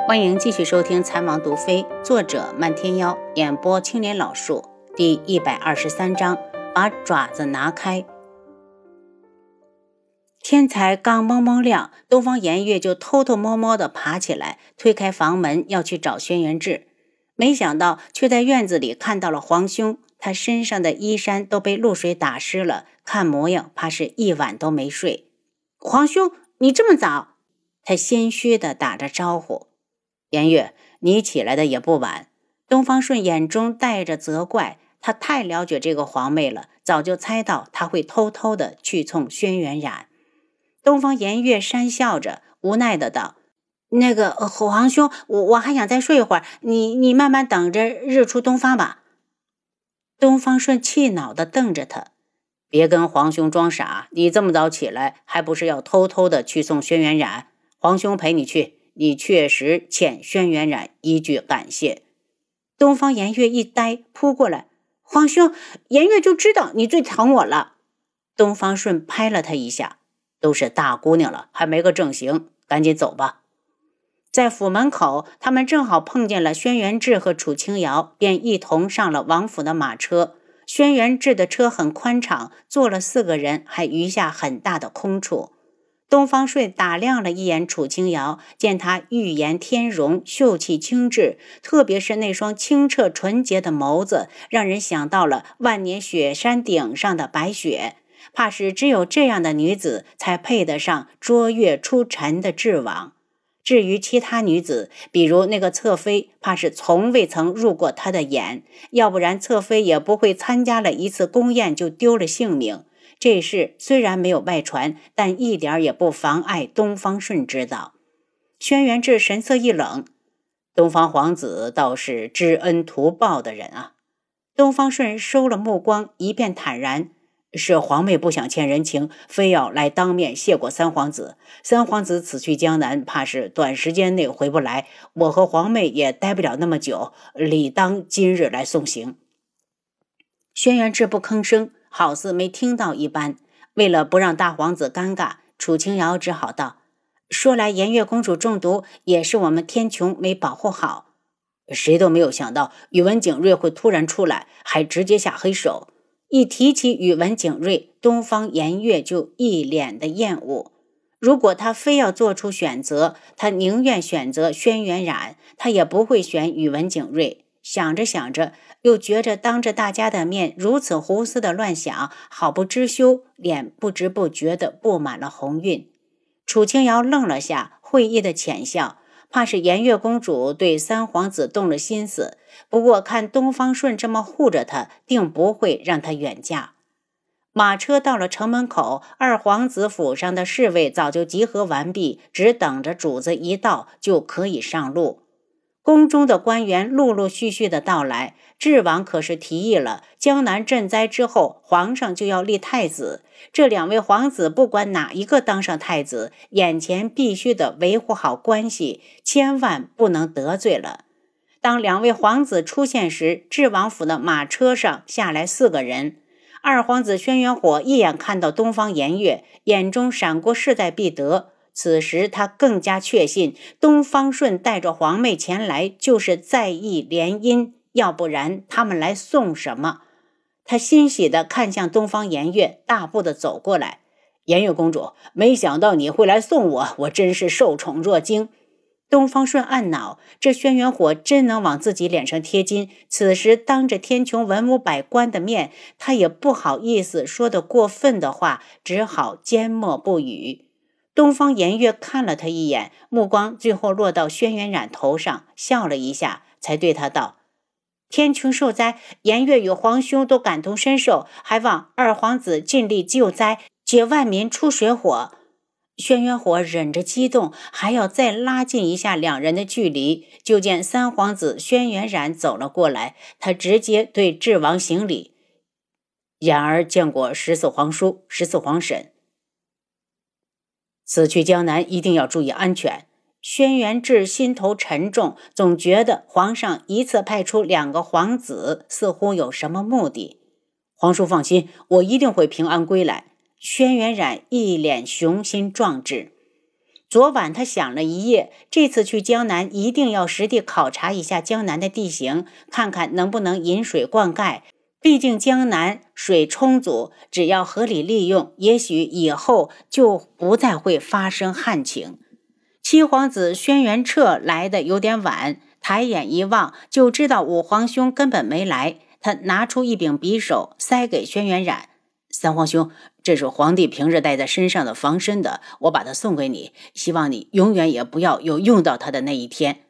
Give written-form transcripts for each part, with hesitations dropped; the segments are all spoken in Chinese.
欢迎继续收听《残王毒妃》，作者漫天妖，演播青莲老树，第123章，把爪子拿开。天才刚蒙蒙亮，东方颜月就偷偷摸摸地爬起来，推开房门要去找轩辕志，没想到却在院子里看到了皇兄，他身上的衣衫都被露水打湿了，看模样怕是一晚都没睡。皇兄，你这么早？他心虚地打着招呼。颜月，你起来的也不晚。东方顺眼中带着责怪，他太了解这个皇妹了，早就猜到他会偷偷地去冲轩辕染。东方颜月讪笑着，无奈的道：皇兄，我还想再睡一会儿，你慢慢等着日出东方吧。东方顺气恼地瞪着他，别跟皇兄装傻，你这么早起来，还不是要偷偷的去送轩辕染？皇兄陪你去，你确实欠轩辕染一句感谢。东方颜月一呆，扑过来，皇兄，颜月就知道你最疼我了。东方顺拍了他一下，都是大姑娘了，还没个正形，赶紧走吧。在府门口，他们正好碰见了轩辕志和楚清瑶，便一同上了王府的马车。轩辕志的车很宽敞，坐了4个人，还余下很大的空处。东方顺打量了一眼楚清瑶，见她玉颜天容，秀气清致，特别是那双清澈纯洁的眸子，让人想到了万年雪山顶上的白雪，怕是只有这样的女子才配得上卓越出尘的智王。至于其他女子，比如那个侧妃，怕是从未曾入过她的眼，要不然侧妃也不会参加了一次宫宴就丢了性命。这事虽然没有外传，但一点也不妨碍东方顺知道。轩辕志神色一冷，东方皇子倒是知恩图报的人啊。东方顺收了目光，一变坦然，是皇妹不想欠人情，非要来当面谢过三皇子。三皇子此去江南，怕是短时间内回不来，我和皇妹也待不了那么久，理当今日来送行。轩辕志不吭声，好似没听到一般。为了不让大皇子尴尬，楚清瑶只好道：说来颜月公主中毒，也是我们天穹没保护好。谁都没有想到宇文景睿会突然出来，还直接下黑手。一提起宇文景睿，东方颜月就一脸的厌恶。如果他非要做出选择，他宁愿选择轩辕染，他也不会选宇文景睿。想着想着，又觉着当着大家的面如此胡思的乱想，好不知羞，脸不知不觉地布满了红晕。楚清瑶愣了下，会意的浅笑，怕是颜月公主对三皇子动了心思，不过看东方顺这么护着他，定不会让他远嫁。马车到了城门口，二皇子府上的侍卫早就集合完毕，只等着主子一到就可以上路。宫中的官员陆陆续续的到来，智王可是提议了，江南赈灾之后，皇上就要立太子。这2位皇子不管哪一个当上太子，眼前必须得维护好关系，千万不能得罪了。当2位皇子出现时，智王府的马车上下来4个人。二皇子轩辕火一眼看到东方颜月，眼中闪过势在必得。此时他更加确信东方顺带着皇妹前来就是在意联姻，要不然他们来送什么？他欣喜地看向东方颜月，大步地走过来。颜月公主，没想到你会来送我，我真是受宠若惊。东方顺暗恼，这轩辕火真能往自己脸上贴金，此时当着天穹文武百官的面，他也不好意思说得过分的话，只好缄默不语。东方颜月看了他一眼，目光最后落到轩辕染头上，笑了一下，才对他道：天穹受灾，颜月与皇兄都感同身受，还望二皇子尽力救灾，解万民出水火。轩辕火忍着激动，还要再拉近一下2人的距离，就见三皇子轩辕染走了过来，他直接对智王行礼：然而见过14皇叔、14皇婶，此去江南一定要注意安全。轩辕志心头沉重，总觉得皇上一次派出2个皇子，似乎有什么目的。皇叔放心，我一定会平安归来。轩辕染一脸雄心壮志。 昨晚他想了一夜，这次去江南一定要实地考察一下江南的地形，看看能不能引水灌溉。毕竟江南水充足，只要合理利用，也许以后就不再会发生旱情。七皇子轩辕彻来的有点晚，抬眼一望就知道五皇兄根本没来。他拿出一柄匕首塞给轩辕染，三皇兄，这是皇帝平日带在身上的防身的，我把它送给你，希望你永远也不要有用到它的那一天。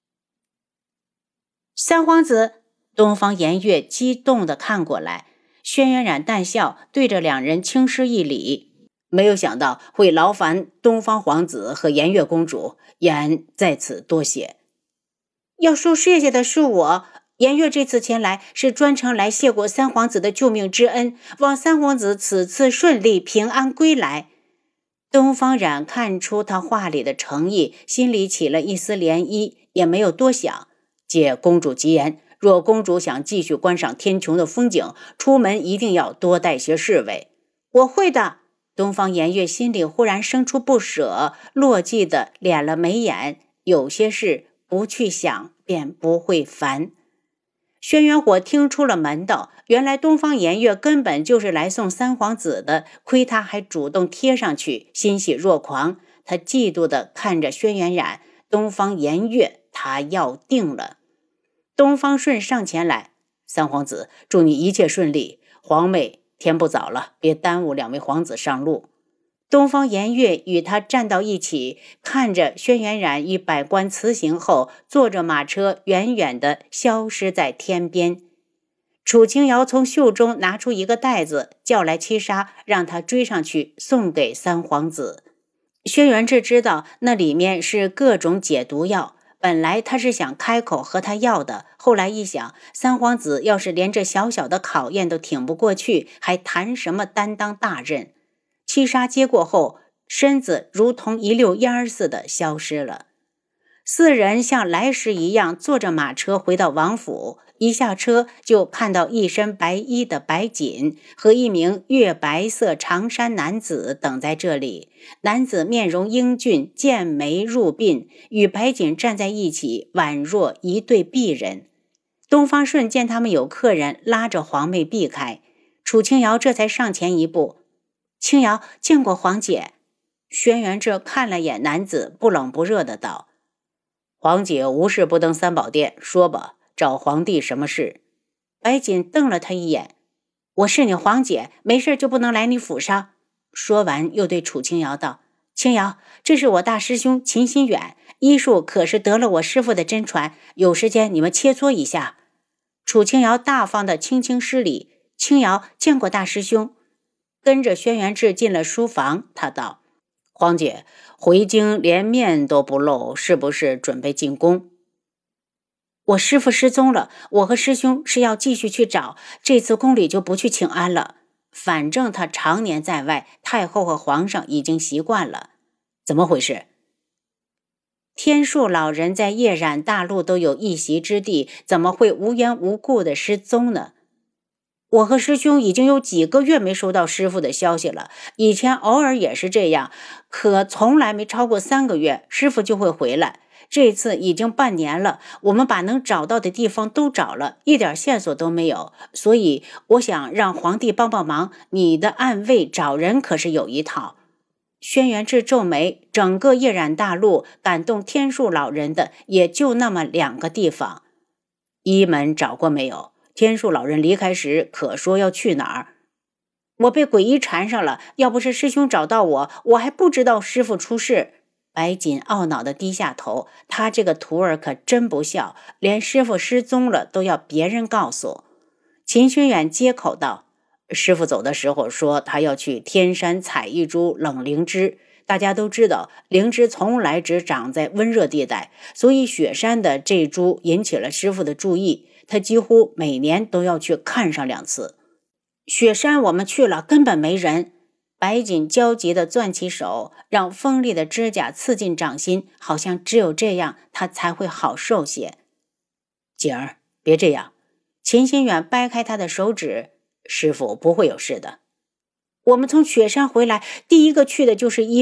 三皇子，东方颜月激动地看过来，轩辕染淡笑，对着两人轻施一礼，没有想到会劳烦东方皇子和颜月公主，颜在此多谢。要说谢谢的是我，颜月这次前来是专程来谢过三皇子的救命之恩，望三皇子此次顺利平安归来。东方染看出他话里的诚意，心里起了一丝涟漪，也没有多想。借公主吉言，若公主想继续观赏天穹的风景，出门一定要多带些侍卫。我会的。东方颜月心里忽然生出不舍，落寂的敛了眉眼，有些事不去想便不会烦。轩辕火听出了门道，原来东方颜月根本就是来送三皇子的，亏他还主动贴上去，欣喜若狂。他嫉妒地看着轩辕染，东方颜月他要定了。东方顺上前来，三皇子，祝你一切顺利，皇妹天不早了，别耽误两位皇子上路。东方颜月与他站到一起，看着轩辕染与百官辞行后，坐着马车远远地消失在天边。楚清瑶从袖中拿出一个袋子，叫来七杀，让他追上去送给三皇子。轩辕志知道那里面是各种解毒药，本来他是想开口和他要的，后来一想，三皇子要是连这小小的考验都挺不过去，还谈什么担当大任？七杀接过后，身子如同一溜烟儿似的消失了。四人像来时一样坐着马车回到王府，一下车就看到一身白衣的白锦和一名月白色长衫男子等在这里。男子面容英俊，剑眉入鬓，与白锦站在一起，宛若一对璧人。东方顺见他们有客人，拉着皇妹避开，楚清瑶这才上前一步，清瑶见过皇姐。轩辕志看了眼男子，不冷不热的道，皇姐无事不登三宝殿，说吧，找皇帝什么事？白锦瞪了他一眼，我是你皇姐，没事就不能来你府上。说完又对楚清瑶道，清瑶，这是我大师兄秦心远，医术可是得了我师父的真传，有时间你们切磋一下。楚清瑶大方的轻轻施礼，清瑶见过大师兄。跟着轩辕志进了书房，他道，皇姐，回京连面都不露，是不是准备进宫？我师父失踪了，我和师兄是要继续去找，这次宫里就不去请安了。反正他常年在外，太后和皇上已经习惯了。怎么回事？天树老人在夜染大陆都有一席之地，怎么会无缘无故的失踪呢？我和师兄已经有几个月没收到师父的消息了，以前偶尔也是这样，可从来没超过3个月，师父就会回来。这次已经半年了，我们把能找到的地方都找了，一点线索都没有，所以我想让皇帝帮帮忙，你的暗卫找人可是有一套。轩辕志皱眉，整个夜染大陆感动天树老人的也就那么2个地方。一门找过没有？天树老人离开时可说要去哪儿？我被鬼医缠上了，要不是师兄找到我，我还不知道师父出事。白锦懊恼地低下头，他这个徒儿可真不孝，连师父失踪了都要别人告诉。秦轩远接口道，师父走的时候说他要去天山采一株冷灵芝，大家都知道灵芝从来只长在温热地带，所以雪山的这株引起了师父的注意，他几乎每年都要去看上2次。雪山我们去了，根本没人。白锦焦急地攥起手，让锋利的指甲刺进掌心，好像只有这样他才会好受些。锦儿，别这样。秦心远掰开他的手指，师父不会有事的。我们从雪山回来，第一个去的就是一门。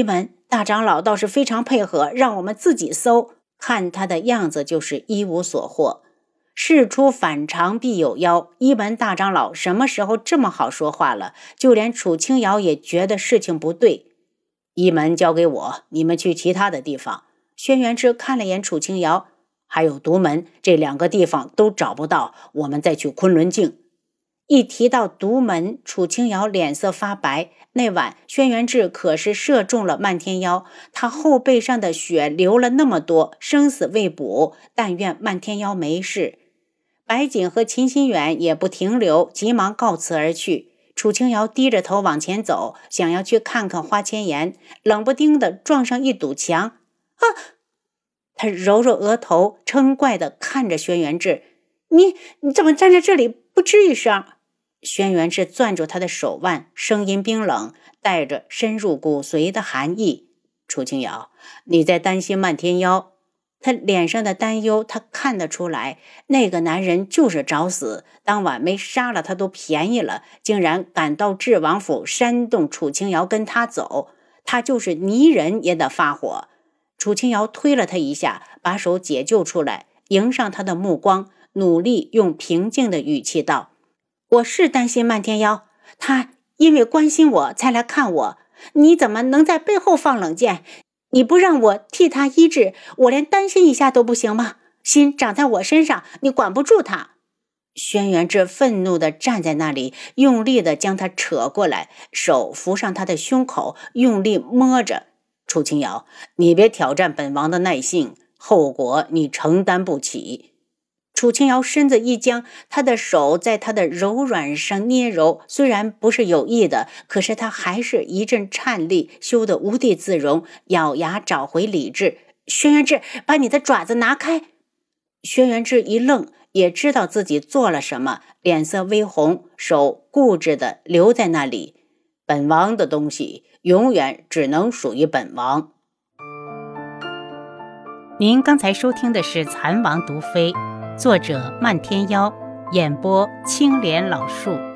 大长老倒是非常配合，让我们自己搜，看他的样子就是一无所获。事出反常必有妖，一门大长老什么时候这么好说话了？就连楚清瑶也觉得事情不对。一门交给我，你们去其他的地方。轩辕志看了眼楚清瑶，还有独门，这2个地方都找不到，我们再去昆仑镜。一提到独门，楚清瑶脸色发白。那晚轩辕志可是射中了漫天妖，他后背上的血流了那么多，生死未卜，但愿漫天妖没事。白锦和秦心远也不停留，急忙告辞而去。楚清瑶低着头往前走，想要去看看花千颜，冷不丁的撞上一堵墙。啊！他揉揉额头，嗔怪地看着轩辕志：“你怎么站在这里不吱一声？”轩辕志攥住他的手腕，声音冰冷，带着深入骨髓的寒意：“楚清瑶，你在担心漫天妖？”他脸上的担忧他看得出来，那个男人就是找死，当晚没杀了他都便宜了，竟然赶到智王府煽动楚清瑶跟他走，他就是泥人也得发火。楚清瑶推了他一下，把手解救出来，迎上他的目光，努力用平静的语气道：“我是担心漫天妖，他因为关心我才来看我，你怎么能在背后放冷箭？你不让我替他医治，我连担心一下都不行吗？心长在我身上，你管不住他。”轩辕志愤怒地站在那里，用力地将他扯过来，手扶上他的胸口，用力摸着。楚清瑶，你别挑战本王的耐性，后果你承担不起。楚清瑶身子一僵，他的手在他的柔软上捏揉，虽然不是有意的，可是他还是一阵颤栗，羞得无地自容，咬牙找回理智：“轩辕志，把你的爪子拿开！”轩辕志一愣，也知道自己做了什么，脸色微红，手固执地留在那里。本王的东西永远只能属于本王。 您刚才收听的是《蚕王毒妃》，作者漫天妖，演播青莲老树。